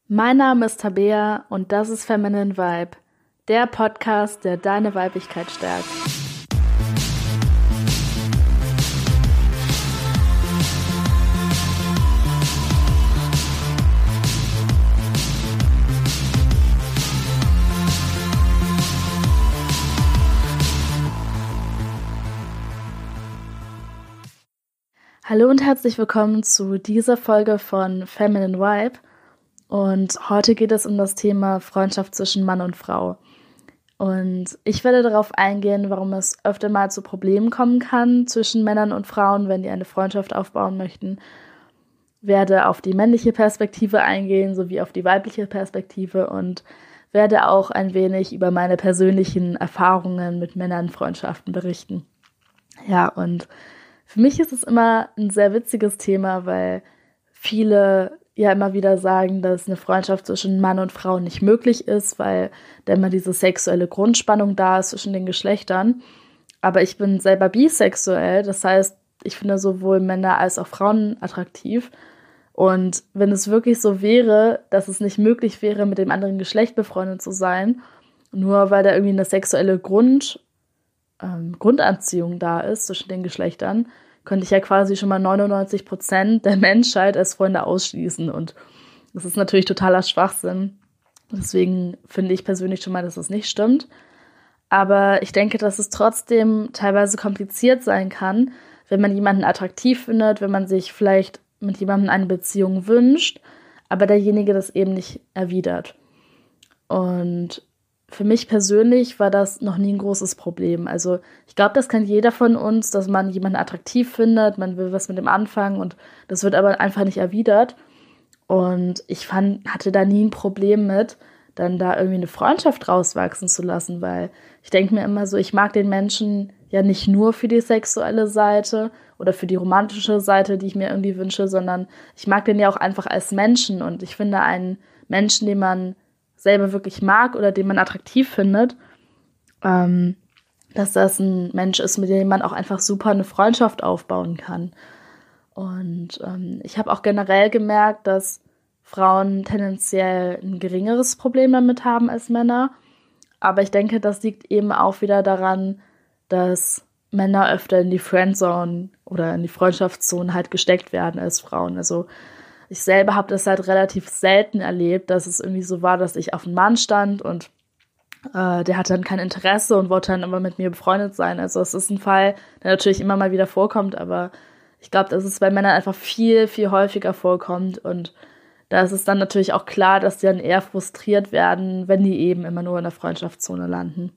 Mein Name ist Tabea und das ist Feminine Vibe, der Podcast, der deine Weiblichkeit stärkt. Hallo und herzlich willkommen zu dieser Folge von Feminine Vibe. Und heute geht es um das Thema Freundschaft zwischen Mann und Frau. Und ich werde darauf eingehen, warum es öfter mal zu Problemen kommen kann zwischen Männern und Frauen, wenn die eine Freundschaft aufbauen möchten. Werde auf die männliche Perspektive eingehen, sowie auf die weibliche Perspektive und werde auch ein wenig über meine persönlichen Erfahrungen mit Männernfreundschaften berichten. Ja, und für mich ist es immer ein sehr witziges Thema, weil viele ja immer wieder sagen, dass eine Freundschaft zwischen Mann und Frau nicht möglich ist, weil da immer diese sexuelle Grundspannung da ist zwischen den Geschlechtern. Aber ich bin selber bisexuell, das heißt, ich finde sowohl Männer als auch Frauen attraktiv. Und wenn es wirklich so wäre, dass es nicht möglich wäre, mit dem anderen Geschlecht befreundet zu sein, nur weil da irgendwie eine sexuelle Grundanziehung da ist zwischen den Geschlechtern, könnte ich ja quasi schon mal 99% der Menschheit als Freunde ausschließen. Und das ist natürlich totaler Schwachsinn. Deswegen finde ich persönlich schon mal, dass das nicht stimmt. Aber ich denke, dass es trotzdem teilweise kompliziert sein kann, wenn man jemanden attraktiv findet, wenn man sich vielleicht mit jemandem eine Beziehung wünscht, aber derjenige das eben nicht erwidert. Und für mich persönlich war das noch nie ein großes Problem. Also ich glaube, das kennt jeder von uns, dass man jemanden attraktiv findet, man will was mit dem anfangen und das wird aber einfach nicht erwidert. Und ich hatte da nie ein Problem mit, dann da irgendwie eine Freundschaft rauswachsen zu lassen, weil ich denke mir immer so, ich mag den Menschen ja nicht nur für die sexuelle Seite oder für die romantische Seite, die ich mir irgendwie wünsche, sondern ich mag den ja auch einfach als Menschen. Und ich finde einen Menschen, den man selber wirklich mag oder den man attraktiv findet, dass das ein Mensch ist, mit dem man auch einfach super eine Freundschaft aufbauen kann. Und ich habe auch generell gemerkt, dass Frauen tendenziell ein geringeres Problem damit haben als Männer. Aber ich denke, das liegt eben auch wieder daran, dass Männer öfter in die Friendzone oder in die Freundschaftszone halt gesteckt werden als Frauen. Also ich selber habe das halt relativ selten erlebt, dass es irgendwie so war, dass ich auf einen Mann stand und der hatte dann kein Interesse und wollte dann immer mit mir befreundet sein. Also es ist ein Fall, der natürlich immer mal wieder vorkommt, aber ich glaube, dass es bei Männern einfach viel, viel häufiger vorkommt und da ist es dann natürlich auch klar, dass die dann eher frustriert werden, wenn die eben immer nur in der Freundschaftszone landen.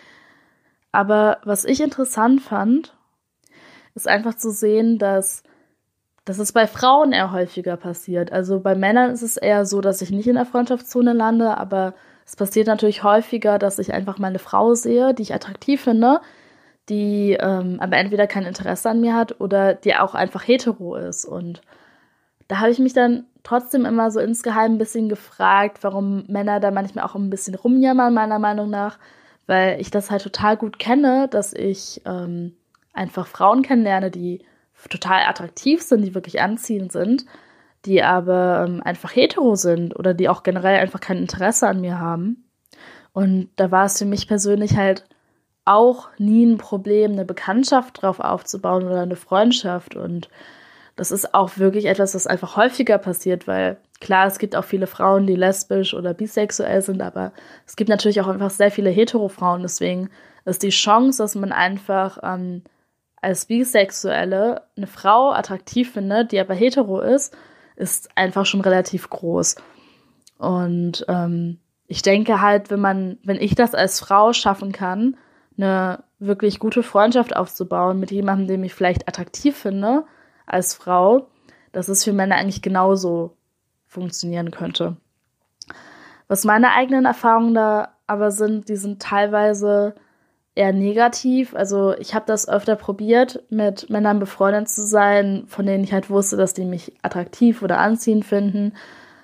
Aber was ich interessant fand, ist einfach zu sehen, dass es bei Frauen eher häufiger passiert. Also bei Männern ist es eher so, dass ich nicht in der Freundschaftszone lande, aber es passiert natürlich häufiger, dass ich einfach mal eine Frau sehe, die ich attraktiv finde, die aber entweder kein Interesse an mir hat oder die auch einfach hetero ist. Und da habe ich mich dann trotzdem immer so insgeheim ein bisschen gefragt, warum Männer da manchmal auch ein bisschen rumjammern, meiner Meinung nach, weil ich das halt total gut kenne, dass ich einfach Frauen kennenlerne, die total attraktiv sind, die wirklich anziehend sind, die aber einfach hetero sind oder die auch generell einfach kein Interesse an mir haben. Und da war es für mich persönlich halt auch nie ein Problem, eine Bekanntschaft drauf aufzubauen oder eine Freundschaft. Und das ist auch wirklich etwas, was einfach häufiger passiert, weil klar, es gibt auch viele Frauen, die lesbisch oder bisexuell sind, aber es gibt natürlich auch einfach sehr viele hetero-Frauen. Deswegen ist die Chance, dass man einfach als Bisexuelle eine Frau attraktiv findet, die aber hetero ist einfach schon relativ groß. Und ich denke halt, wenn ich das als Frau schaffen kann, eine wirklich gute Freundschaft aufzubauen mit jemandem, den ich vielleicht attraktiv finde als Frau, dass es für Männer eigentlich genauso funktionieren könnte. Was meine eigenen Erfahrungen da aber sind, die sind teilweise eher negativ. Also ich habe das öfter probiert, mit Männern befreundet zu sein, von denen ich halt wusste, dass die mich attraktiv oder anziehend finden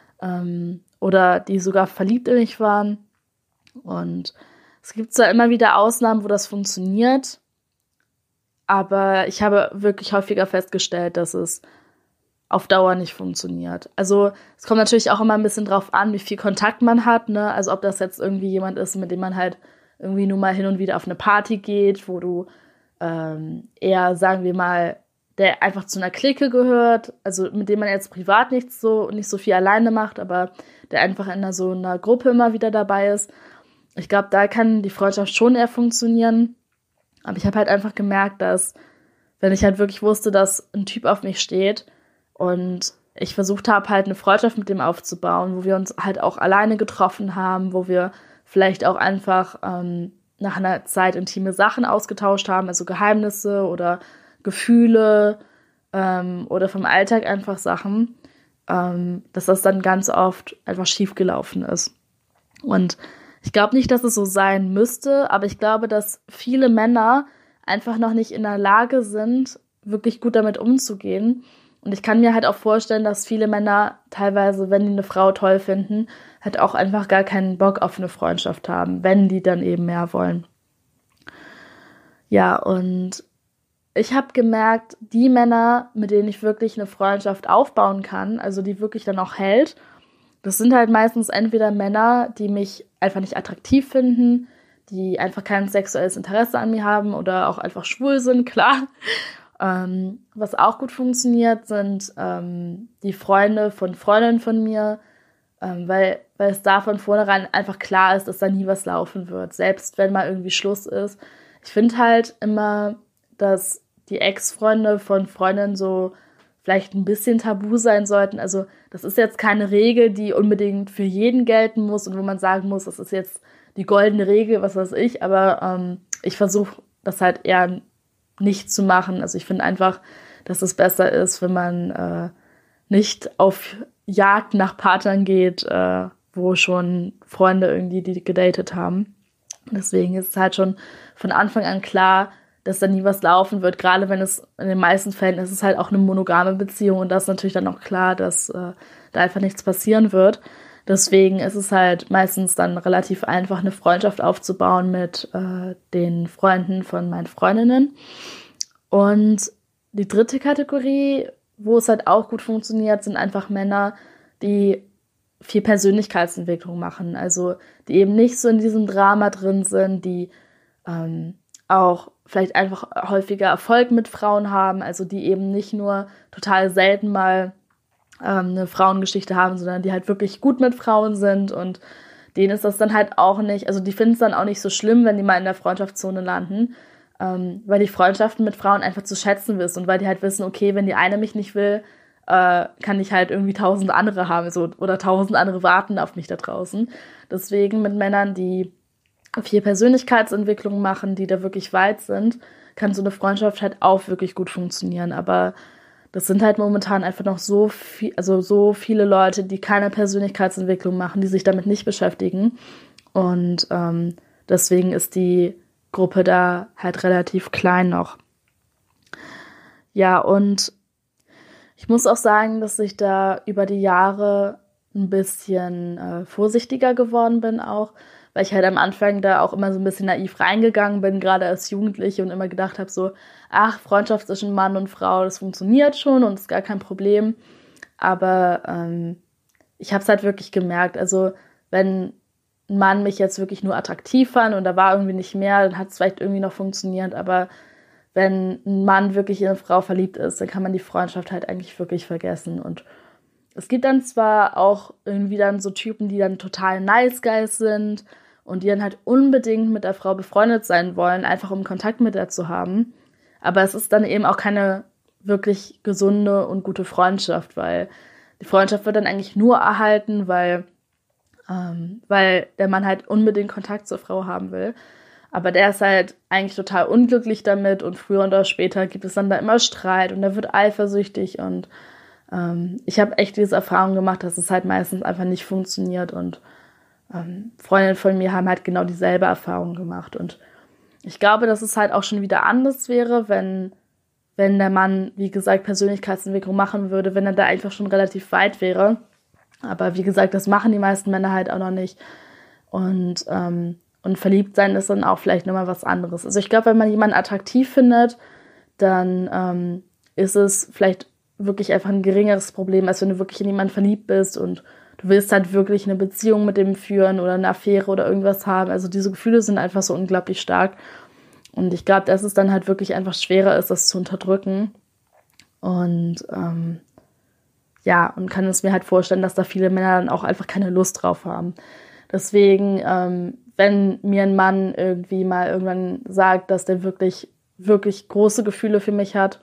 oder die sogar verliebt in mich waren. Und es gibt zwar immer wieder Ausnahmen, wo das funktioniert, aber ich habe wirklich häufiger festgestellt, dass es auf Dauer nicht funktioniert. Also es kommt natürlich auch immer ein bisschen drauf an, wie viel Kontakt man hat, ne? Also ob das jetzt irgendwie jemand ist, mit dem man halt irgendwie nur mal hin und wieder auf eine Party geht, wo du eher, sagen wir mal, der einfach zu einer Clique gehört, also mit dem man jetzt privat nicht so viel alleine macht, aber der einfach in so einer Gruppe immer wieder dabei ist. Ich glaube, da kann die Freundschaft schon eher funktionieren. Aber ich habe halt einfach gemerkt, dass, wenn ich halt wirklich wusste, dass ein Typ auf mich steht und ich versucht habe, halt eine Freundschaft mit dem aufzubauen, wo wir uns halt auch alleine getroffen haben, wo wir vielleicht auch einfach nach einer Zeit intime Sachen ausgetauscht haben, also Geheimnisse oder Gefühle oder vom Alltag einfach Sachen, dass das dann ganz oft einfach schiefgelaufen ist. Und ich glaube nicht, dass es so sein müsste, aber ich glaube, dass viele Männer einfach noch nicht in der Lage sind, wirklich gut damit umzugehen. Und ich kann mir halt auch vorstellen, dass viele Männer teilweise, wenn die eine Frau toll finden, halt auch einfach gar keinen Bock auf eine Freundschaft haben, wenn die dann eben mehr wollen. Ja, und ich habe gemerkt, die Männer, mit denen ich wirklich eine Freundschaft aufbauen kann, also die wirklich dann auch hält, das sind halt meistens entweder Männer, die mich einfach nicht attraktiv finden, die einfach kein sexuelles Interesse an mir haben oder auch einfach schwul sind, klar. Was auch gut funktioniert, sind die Freunde von Freundinnen von mir, weil es da von vornherein einfach klar ist, dass da nie was laufen wird, selbst wenn mal irgendwie Schluss ist. Ich finde halt immer, dass die Ex-Freunde von Freundinnen so vielleicht ein bisschen tabu sein sollten. Also das ist jetzt keine Regel, die unbedingt für jeden gelten muss und wo man sagen muss, das ist jetzt die goldene Regel, was weiß ich. Aber ich versuche das halt eher nicht zu machen. Also ich finde einfach, dass es besser ist, wenn man nicht auf Jagd nach Partnern geht, wo schon Freunde irgendwie die gedatet haben. Deswegen ist es halt schon von Anfang an klar, dass da nie was laufen wird. Gerade wenn es in den meisten Fällen ist es halt auch eine monogame Beziehung und da ist natürlich dann auch klar, dass da einfach nichts passieren wird. Deswegen ist es halt meistens dann relativ einfach, eine Freundschaft aufzubauen mit den Freunden von meinen Freundinnen. Und die dritte Kategorie, wo es halt auch gut funktioniert, sind einfach Männer, die viel Persönlichkeitsentwicklung machen. Also die eben nicht so in diesem Drama drin sind, die auch vielleicht einfach häufiger Erfolg mit Frauen haben, also die eben nicht nur total selten mal eine Frauengeschichte haben, sondern die halt wirklich gut mit Frauen sind und denen ist das dann halt auch nicht, also die finden es dann auch nicht so schlimm, wenn die mal in der Freundschaftszone landen, weil die Freundschaften mit Frauen einfach zu schätzen wissen und weil die halt wissen, okay, wenn die eine mich nicht will, kann ich halt irgendwie 1000 andere haben so, oder 1000 andere warten auf mich da draußen. Deswegen mit Männern, die viel Persönlichkeitsentwicklung machen, die da wirklich weit sind, kann so eine Freundschaft halt auch wirklich gut funktionieren. Aber das sind halt momentan einfach noch so viele Leute, die keine Persönlichkeitsentwicklung machen, die sich damit nicht beschäftigen. Und deswegen ist die Gruppe da halt relativ klein noch. Ja, und ich muss auch sagen, dass ich da über die Jahre ein bisschen vorsichtiger geworden bin auch, weil ich halt am Anfang da auch immer so ein bisschen naiv reingegangen bin, gerade als Jugendliche und immer gedacht habe so, ach, Freundschaft zwischen Mann und Frau, das funktioniert schon und ist gar kein Problem. Aber ich habe es halt wirklich gemerkt, also wenn ein Mann mich jetzt wirklich nur attraktiv fand und da war irgendwie nicht mehr, dann hat es vielleicht irgendwie noch funktioniert, aber wenn ein Mann wirklich in eine Frau verliebt ist, dann kann man die Freundschaft halt eigentlich wirklich vergessen. Und es gibt dann zwar auch irgendwie dann so Typen, die dann total nice guys sind und die dann halt unbedingt mit der Frau befreundet sein wollen, einfach um Kontakt mit der zu haben. Aber es ist dann eben auch keine wirklich gesunde und gute Freundschaft, weil die Freundschaft wird dann eigentlich nur erhalten, weil der Mann halt unbedingt Kontakt zur Frau haben will. Aber der ist halt eigentlich total unglücklich damit und früher oder später gibt es dann da immer Streit und er wird eifersüchtig und ich habe echt diese Erfahrung gemacht, dass es halt meistens einfach nicht funktioniert und Freundinnen von mir haben halt genau dieselbe Erfahrung gemacht und ich glaube, dass es halt auch schon wieder anders wäre, wenn der Mann, wie gesagt, Persönlichkeitsentwicklung machen würde, wenn er da einfach schon relativ weit wäre. Aber wie gesagt, das machen die meisten Männer halt auch noch nicht und verliebt sein ist dann auch vielleicht nochmal was anderes. Also ich glaube, wenn man jemanden attraktiv findet, dann ist es vielleicht wirklich einfach ein geringeres Problem, als wenn du wirklich in jemanden verliebt bist und du willst halt wirklich eine Beziehung mit dem führen oder eine Affäre oder irgendwas haben. Also diese Gefühle sind einfach so unglaublich stark. Und ich glaube, dass es dann halt wirklich einfach schwerer ist, das zu unterdrücken. Und ja, und kann es mir halt vorstellen, dass da viele Männer dann auch einfach keine Lust drauf haben. Deswegen, wenn mir ein Mann irgendwie mal irgendwann sagt, dass der wirklich, wirklich große Gefühle für mich hat,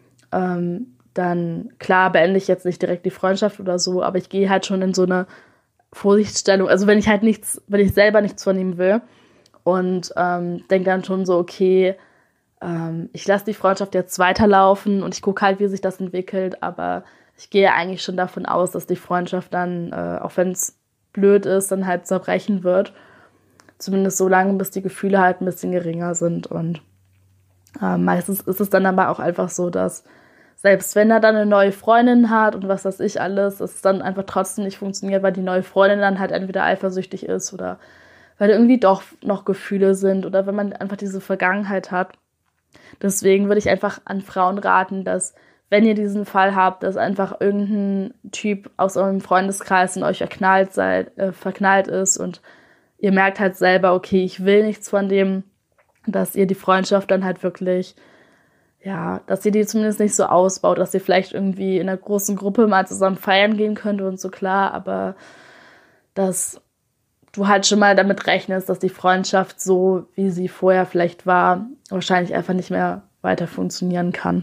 dann, klar, beende ich jetzt nicht direkt die Freundschaft oder so, aber ich gehe halt schon in so eine Vorsichtsstellung. Also wenn ich selber nichts von ihm will und denke dann schon so, okay, ich lasse die Freundschaft jetzt weiterlaufen und ich gucke halt, wie sich das entwickelt, aber ich gehe eigentlich schon davon aus, dass die Freundschaft dann, auch wenn es blöd ist, dann halt zerbrechen wird. Zumindest so lange, bis die Gefühle halt ein bisschen geringer sind. Und meistens ist es dann aber auch einfach so, dass selbst wenn er dann eine neue Freundin hat und was weiß ich alles, es dann einfach trotzdem nicht funktioniert, weil die neue Freundin dann halt entweder eifersüchtig ist oder weil irgendwie doch noch Gefühle sind oder wenn man einfach diese Vergangenheit hat. Deswegen würde ich einfach an Frauen raten, dass, wenn ihr diesen Fall habt, dass einfach irgendein Typ aus eurem Freundeskreis in euch verknallt ist und ihr merkt halt selber, okay, ich will nichts von dem, dass ihr die Freundschaft dann halt wirklich, ja, dass ihr die zumindest nicht so ausbaut, dass ihr vielleicht irgendwie in einer großen Gruppe mal zusammen feiern gehen könnt und so, klar, aber dass du halt schon mal damit rechnest, dass die Freundschaft so, wie sie vorher vielleicht war, wahrscheinlich einfach nicht mehr weiter funktionieren kann.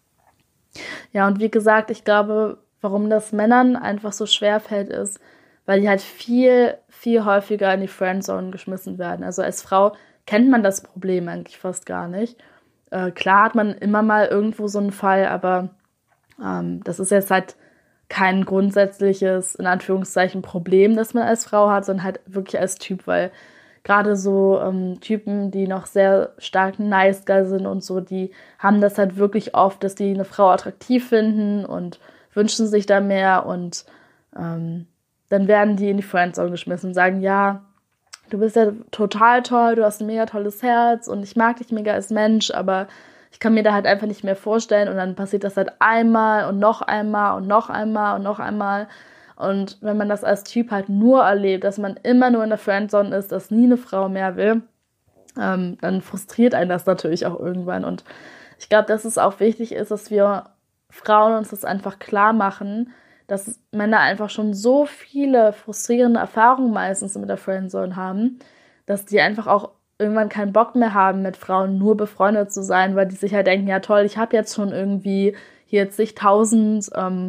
Ja, und wie gesagt, ich glaube, warum das Männern einfach so schwer fällt, ist, weil die halt viel, viel häufiger in die Friendzone geschmissen werden. Also als Frau kennt man das Problem eigentlich fast gar nicht. Klar hat man immer mal irgendwo so einen Fall, aber das ist jetzt halt kein grundsätzliches, in Anführungszeichen, Problem, das man als Frau hat, sondern halt wirklich als Typ, weil gerade so Typen, die noch sehr stark Nice Guy sind und so, die haben das halt wirklich oft, dass die eine Frau attraktiv finden und wünschen sich da mehr und dann werden die in die Friendzone geschmissen und sagen, ja, du bist ja total toll, du hast ein mega tolles Herz und ich mag dich mega als Mensch, aber ich kann mir da halt einfach nicht mehr vorstellen und dann passiert das halt einmal und noch einmal und noch einmal und noch einmal. Und wenn man das als Typ halt nur erlebt, dass man immer nur in der Friendzone ist, dass nie eine Frau mehr will, dann frustriert einen das natürlich auch irgendwann. Und ich glaube, dass es auch wichtig ist, dass wir Frauen uns das einfach klar machen, dass Männer einfach schon so viele frustrierende Erfahrungen meistens mit der Friendzone haben, dass die einfach auch irgendwann keinen Bock mehr haben, mit Frauen nur befreundet zu sein, weil die sich halt denken, ja toll, ich habe jetzt schon irgendwie hier zigtausend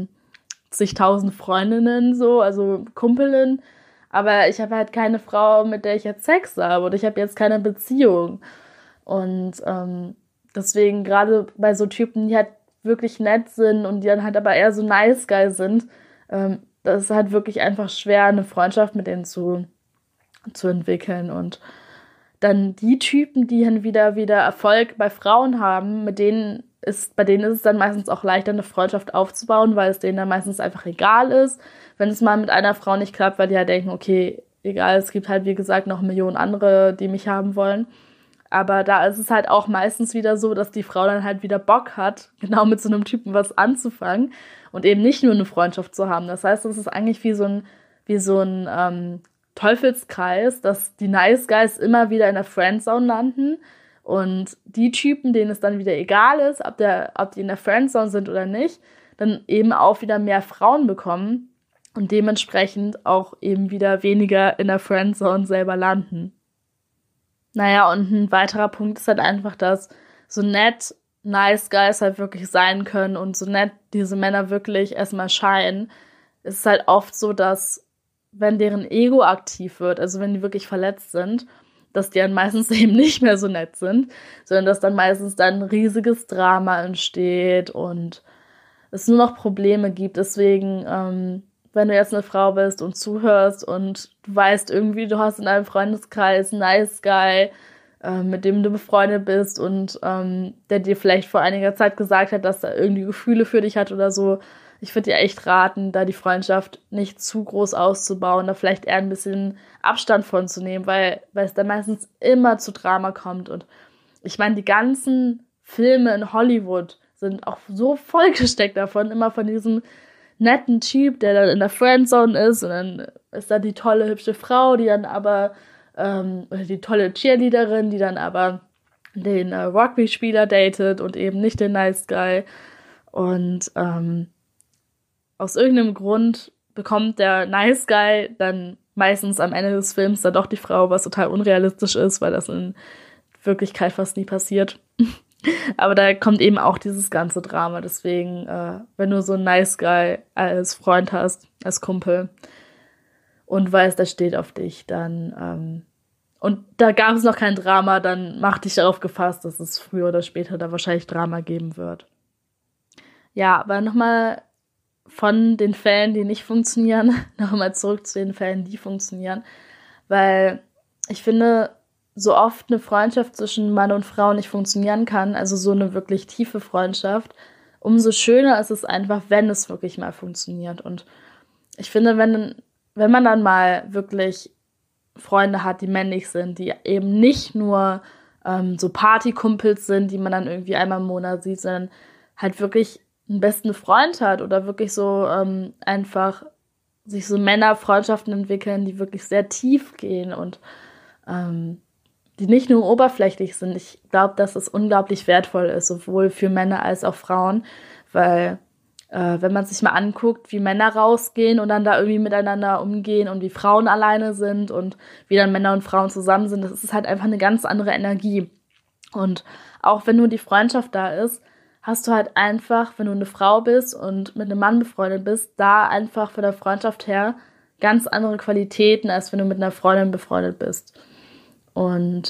Freundinnen, so, also Kumpelinnen, aber ich habe halt keine Frau, mit der ich jetzt Sex habe oder ich habe jetzt keine Beziehung. Und deswegen gerade bei so Typen, die halt wirklich nett sind und die dann halt aber eher so nice guy sind, das ist halt wirklich einfach schwer, eine Freundschaft mit denen zu entwickeln. Und dann die Typen, die dann wieder Erfolg bei Frauen haben, bei denen ist es dann meistens auch leichter, eine Freundschaft aufzubauen, weil es denen dann meistens einfach egal ist, wenn es mal mit einer Frau nicht klappt, weil die halt denken, okay, egal, es gibt halt, wie gesagt, noch Millionen andere, die mich haben wollen. Aber da ist es halt auch meistens wieder so, dass die Frau dann halt wieder Bock hat, genau mit so einem Typen was anzufangen und eben nicht nur eine Freundschaft zu haben. Das heißt, es ist eigentlich wie so ein Teufelskreis, dass die Nice Guys immer wieder in der Friendzone landen und die Typen, denen es dann wieder egal ist, ob die in der Friendzone sind oder nicht, dann eben auch wieder mehr Frauen bekommen und dementsprechend auch eben wieder weniger in der Friendzone selber landen. Naja, und ein weiterer Punkt ist halt einfach, dass so nett Nice Guys halt wirklich sein können und so nett diese Männer wirklich erstmal scheinen, ist es halt oft so, dass wenn deren Ego aktiv wird, also wenn die wirklich verletzt sind, dass die dann meistens eben nicht mehr so nett sind, sondern dass dann meistens dann ein riesiges Drama entsteht und es nur noch Probleme gibt. Deswegen, wenn du jetzt eine Frau bist und zuhörst und du weißt irgendwie, du hast in deinem Freundeskreis einen Nice Guy, mit dem du befreundet bist und der dir vielleicht vor einiger Zeit gesagt hat, dass er irgendwie Gefühle für dich hat oder so, ich würde dir echt raten, da die Freundschaft nicht zu groß auszubauen, da vielleicht eher ein bisschen Abstand von zu nehmen, weil es dann meistens immer zu Drama kommt. Und ich meine, die ganzen Filme in Hollywood sind auch so vollgesteckt davon, immer von diesem netten Typ, der dann in der Friendzone ist und dann ist da die tolle, hübsche Frau, die dann aber, oder die tolle Cheerleaderin, die dann aber den Rugby-Spieler datet und eben nicht den Nice Guy. Und aus irgendeinem Grund bekommt der Nice Guy dann meistens am Ende des Films dann doch die Frau, was total unrealistisch ist, weil das in Wirklichkeit fast nie passiert. Aber da kommt eben auch dieses ganze Drama. Deswegen, wenn du so einen Nice Guy als Freund hast, als Kumpel und weißt, der steht auf dich, dann und da gab es noch kein Drama, dann mach dich darauf gefasst, dass es früher oder später da wahrscheinlich Drama geben wird. Ja, aber nochmal von den Fällen, die nicht funktionieren, nochmal zurück zu den Fällen, die funktionieren. Weil ich finde, so oft eine Freundschaft zwischen Mann und Frau nicht funktionieren kann, also so eine wirklich tiefe Freundschaft, umso schöner ist es einfach, wenn es wirklich mal funktioniert. Und ich finde, wenn man dann mal wirklich Freunde hat, die männlich sind, die eben nicht nur so Partykumpels sind, die man dann irgendwie einmal im Monat sieht, sondern halt wirklich einen besten Freund hat oder wirklich so einfach sich so Männerfreundschaften entwickeln, die wirklich sehr tief gehen und die nicht nur oberflächlich sind. Ich glaube, dass es unglaublich wertvoll ist, sowohl für Männer als auch Frauen, weil wenn man sich mal anguckt, wie Männer rausgehen und dann da irgendwie miteinander umgehen und wie Frauen alleine sind und wie dann Männer und Frauen zusammen sind, das ist halt einfach eine ganz andere Energie. Und auch wenn nur die Freundschaft da ist, hast du halt einfach, wenn du eine Frau bist und mit einem Mann befreundet bist, da einfach von der Freundschaft her ganz andere Qualitäten, als wenn du mit einer Freundin befreundet bist. Und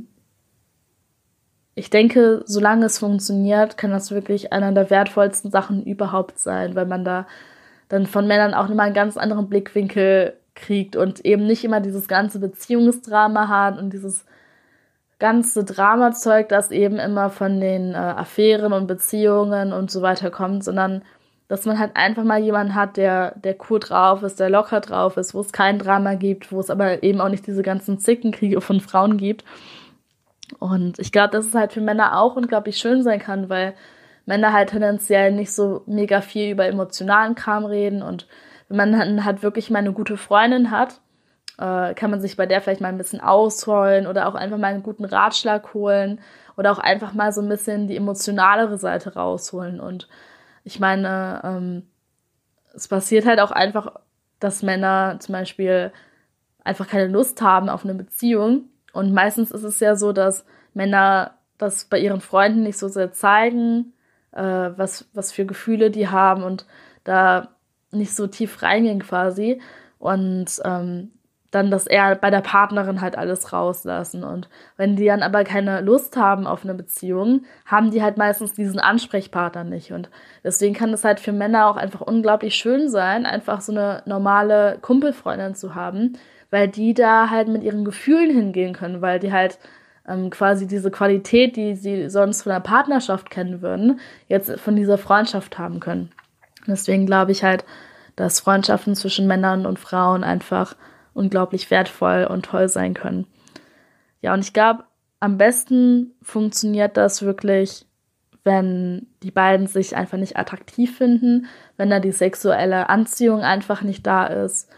ich denke, solange es funktioniert, kann das wirklich einer der wertvollsten Sachen überhaupt sein, weil man da dann von Männern auch immer einen ganz anderen Blickwinkel kriegt und eben nicht immer dieses ganze Beziehungsdrama hat und dieses ganze Dramazeug, das eben immer von den Affären und Beziehungen und so weiter kommt, sondern dass man halt einfach mal jemanden hat, der cool drauf ist, der locker drauf ist, wo es kein Drama gibt, wo es aber eben auch nicht diese ganzen Zickenkriege von Frauen gibt. Und ich glaube, dass es halt für Männer auch unglaublich schön sein kann, weil Männer halt tendenziell nicht so mega viel über emotionalen Kram reden. Und wenn man dann halt wirklich mal eine gute Freundin hat, kann man sich bei der vielleicht mal ein bisschen ausholen oder auch einfach mal einen guten Ratschlag holen oder auch einfach mal so ein bisschen die emotionalere Seite rausholen. Und ich meine, es passiert halt auch einfach, dass Männer zum Beispiel einfach keine Lust haben auf eine Beziehung. Und meistens ist es ja so, dass Männer das bei ihren Freunden nicht so sehr zeigen, was für Gefühle die haben und da nicht so tief reingehen quasi. Und dann das eher bei der Partnerin halt alles rauslassen. Und wenn die dann aber keine Lust haben auf eine Beziehung, haben die halt meistens diesen Ansprechpartner nicht. Und deswegen kann es halt für Männer auch einfach unglaublich schön sein, einfach so eine normale Kumpelfreundin zu haben, weil die da halt mit ihren Gefühlen hingehen können, weil die halt quasi diese Qualität, die sie sonst von der Partnerschaft kennen würden, jetzt von dieser Freundschaft haben können. Deswegen glaube ich halt, dass Freundschaften zwischen Männern und Frauen einfach unglaublich wertvoll und toll sein können. Ja, und ich glaube, am besten funktioniert das wirklich, wenn die beiden sich einfach nicht attraktiv finden, wenn da die sexuelle Anziehung einfach nicht da ist,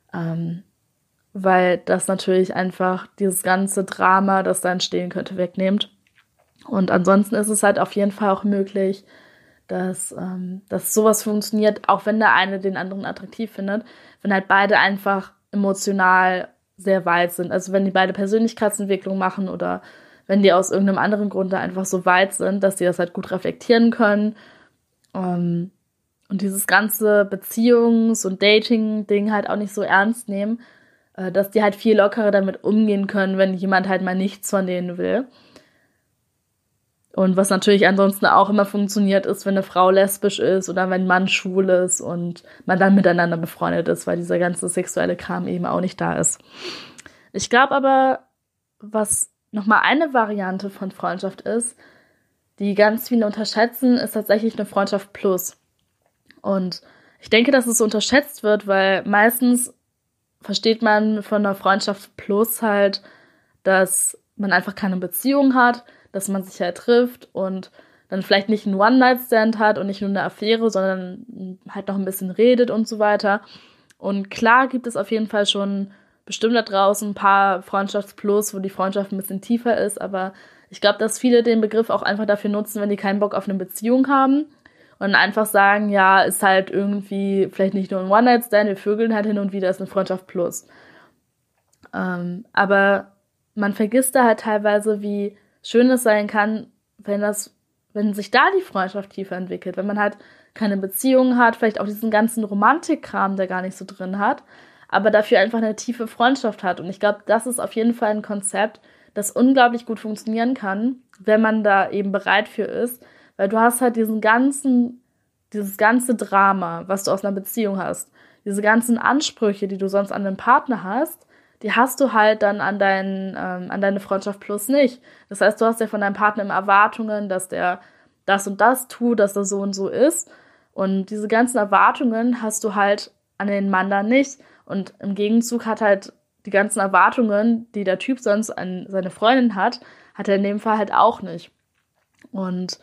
weil das natürlich einfach dieses ganze Drama, das da entstehen könnte, wegnimmt. Und ansonsten ist es halt auf jeden Fall auch möglich, dass sowas funktioniert, auch wenn der eine den anderen attraktiv findet, wenn halt beide einfach emotional sehr weit sind. Also wenn die beide Persönlichkeitsentwicklung machen oder wenn die aus irgendeinem anderen Grund da einfach so weit sind, dass die das halt gut reflektieren können. Und dieses ganze Beziehungs- und Dating-Ding halt auch nicht so ernst nehmen, dass die halt viel lockerer damit umgehen können, wenn jemand halt mal nichts von denen will. Und was natürlich ansonsten auch immer funktioniert, ist, wenn eine Frau lesbisch ist oder wenn ein Mann schwul ist und man dann miteinander befreundet ist, weil dieser ganze sexuelle Kram eben auch nicht da ist. Ich glaube aber, was nochmal eine Variante von Freundschaft ist, die ganz viele unterschätzen, ist tatsächlich eine Freundschaft plus. Und ich denke, dass es unterschätzt wird, weil meistens versteht man von einer Freundschaft plus halt, dass man einfach keine Beziehung hat, dass man sich halt trifft und dann vielleicht nicht einen One-Night-Stand hat und nicht nur eine Affäre, sondern halt noch ein bisschen redet und so weiter. Und klar gibt es auf jeden Fall schon bestimmt da draußen ein paar Freundschaftsplus, wo die Freundschaft ein bisschen tiefer ist, aber ich glaube, dass viele den Begriff auch einfach dafür nutzen, wenn die keinen Bock auf eine Beziehung haben und einfach sagen, ja, ist halt irgendwie vielleicht nicht nur ein One-Night-Stand, wir vögeln halt hin und wieder, ist eine Freundschaft plus. Aber man vergisst da halt teilweise, wie schön es sein kann, wenn sich da die Freundschaft tiefer entwickelt, wenn man halt keine Beziehung hat, vielleicht auch diesen ganzen Romantikkram, der gar nicht so drin hat, aber dafür einfach eine tiefe Freundschaft hat. Und ich glaube, das ist auf jeden Fall ein Konzept, das unglaublich gut funktionieren kann, wenn man da eben bereit für ist, weil du hast halt dieses ganze Drama, was du aus einer Beziehung hast, diese ganzen Ansprüche, die du sonst an den Partner hast, die hast du halt dann an deine Freundschaft plus nicht. Das heißt, du hast ja von deinem Partner immer Erwartungen, dass der das und das tut, dass er so und so ist. Und diese ganzen Erwartungen hast du halt an den Mann dann nicht. Und im Gegenzug hat halt die ganzen Erwartungen, die der Typ sonst an seine Freundin hat er in dem Fall halt auch nicht. Und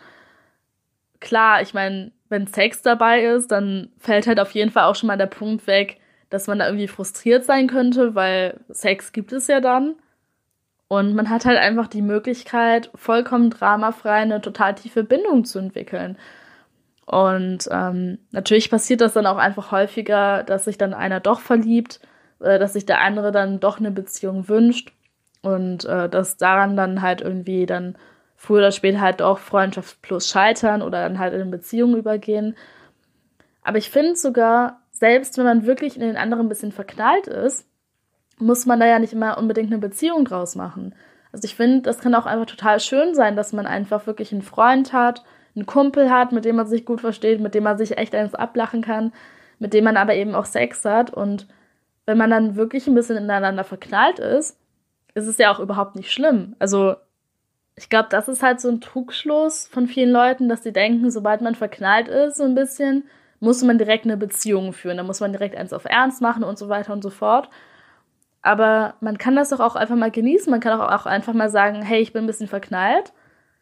klar, ich meine, wenn Sex dabei ist, dann fällt halt auf jeden Fall auch schon mal der Punkt weg, dass man da irgendwie frustriert sein könnte, weil Sex gibt es ja dann. Und man hat halt einfach die Möglichkeit, vollkommen dramafrei eine total tiefe Bindung zu entwickeln. Und natürlich passiert das dann auch einfach häufiger, dass sich dann einer doch verliebt, dass sich der andere dann doch eine Beziehung wünscht und dass daran dann halt irgendwie dann früher oder später halt auch Freundschaft plus scheitern oder dann halt in eine Beziehung übergehen. Aber ich finde sogar, selbst wenn man wirklich in den anderen ein bisschen verknallt ist, muss man da ja nicht immer unbedingt eine Beziehung draus machen. Also ich finde, das kann auch einfach total schön sein, dass man einfach wirklich einen Freund hat, einen Kumpel hat, mit dem man sich gut versteht, mit dem man sich echt eins ablachen kann, mit dem man aber eben auch Sex hat. Und wenn man dann wirklich ein bisschen ineinander verknallt ist es ja auch überhaupt nicht schlimm. Also ich glaube, das ist halt so ein Trugschluss von vielen Leuten, dass sie denken, sobald man verknallt ist, so ein bisschen, muss man direkt eine Beziehung führen. Da muss man direkt eins auf Ernst machen und so weiter und so fort. Aber man kann das doch auch einfach mal genießen. Man kann auch einfach mal sagen, hey, ich bin ein bisschen verknallt.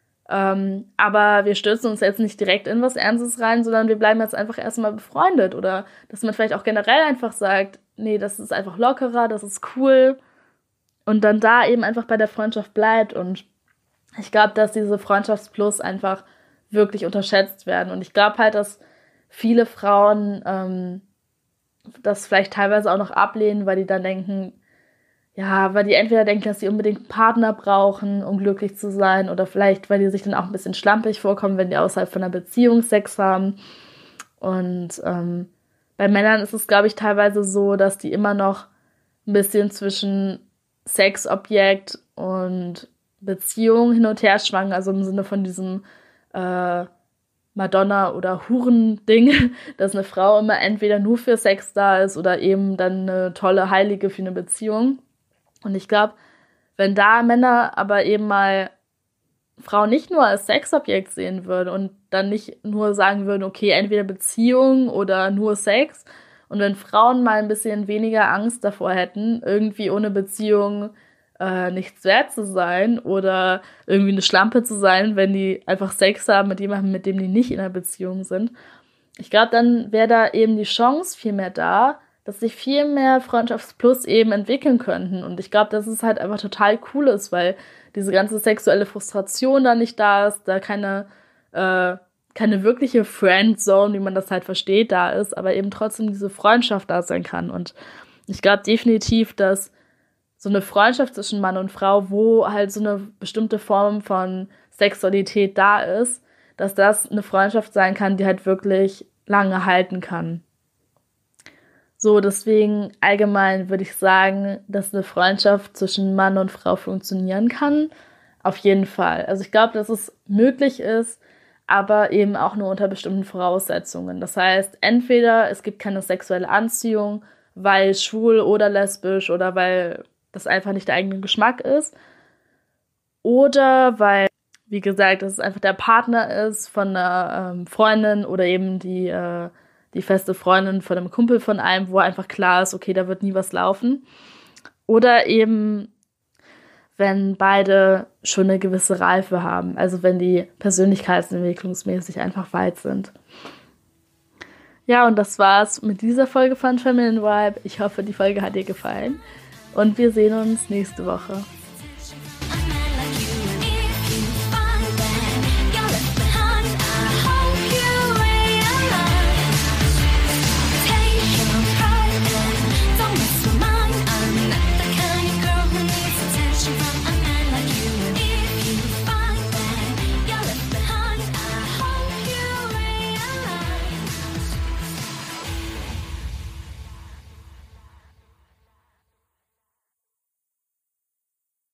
Aber wir stürzen uns jetzt nicht direkt in was Ernstes rein, sondern wir bleiben jetzt einfach erstmal befreundet. Oder dass man vielleicht auch generell einfach sagt, nee, das ist einfach lockerer, das ist cool. Und dann da eben einfach bei der Freundschaft bleibt. Und ich glaube, dass diese Freundschaftsplus einfach wirklich unterschätzt werden. Und ich glaube halt, dass viele Frauen das vielleicht teilweise auch noch ablehnen, weil die dann denken, ja, weil die entweder denken, dass sie unbedingt einen Partner brauchen, um glücklich zu sein, oder vielleicht, weil die sich dann auch ein bisschen schlampig vorkommen, wenn die außerhalb von einer Beziehung Sex haben. Und bei Männern ist es, glaube ich, teilweise so, dass die immer noch ein bisschen zwischen Sexobjekt und Beziehung hin und her schwanken, also im Sinne von diesem Madonna- oder Huren-Ding, dass eine Frau immer entweder nur für Sex da ist oder eben dann eine tolle Heilige für eine Beziehung. Und ich glaube, wenn da Männer aber eben mal Frauen nicht nur als Sexobjekt sehen würden und dann nicht nur sagen würden, okay, entweder Beziehung oder nur Sex, und wenn Frauen mal ein bisschen weniger Angst davor hätten, irgendwie ohne Beziehung nichts wert zu sein oder irgendwie eine Schlampe zu sein, wenn die einfach Sex haben mit jemandem, mit dem die nicht in einer Beziehung sind. Ich glaube, dann wäre da eben die Chance viel mehr da, dass sich viel mehr Freundschaftsplus eben entwickeln könnten. Und ich glaube, dass es halt einfach total cool ist, weil diese ganze sexuelle Frustration da nicht da ist, da keine wirkliche Friendzone, wie man das halt versteht, da ist, aber eben trotzdem diese Freundschaft da sein kann. Und ich glaube definitiv, dass so eine Freundschaft zwischen Mann und Frau, wo halt so eine bestimmte Form von Sexualität da ist, dass das eine Freundschaft sein kann, die halt wirklich lange halten kann. So, deswegen allgemein würde ich sagen, dass eine Freundschaft zwischen Mann und Frau funktionieren kann. Auf jeden Fall. Also ich glaube, dass es möglich ist, aber eben auch nur unter bestimmten Voraussetzungen. Das heißt, entweder es gibt keine sexuelle Anziehung, weil schwul oder lesbisch oder weil das einfach nicht der eigene Geschmack ist. Oder weil, wie gesagt, dass es einfach der Partner ist von einer Freundin oder eben die feste Freundin von einem Kumpel von einem, wo einfach klar ist, okay, da wird nie was laufen. Oder eben, wenn beide schon eine gewisse Reife haben, also wenn die persönlichkeitsentwicklungsmäßig einfach weit sind. Ja, und das war's mit dieser Folge von Feminine Vibe. Ich hoffe, die Folge hat dir gefallen und wir sehen uns nächste Woche.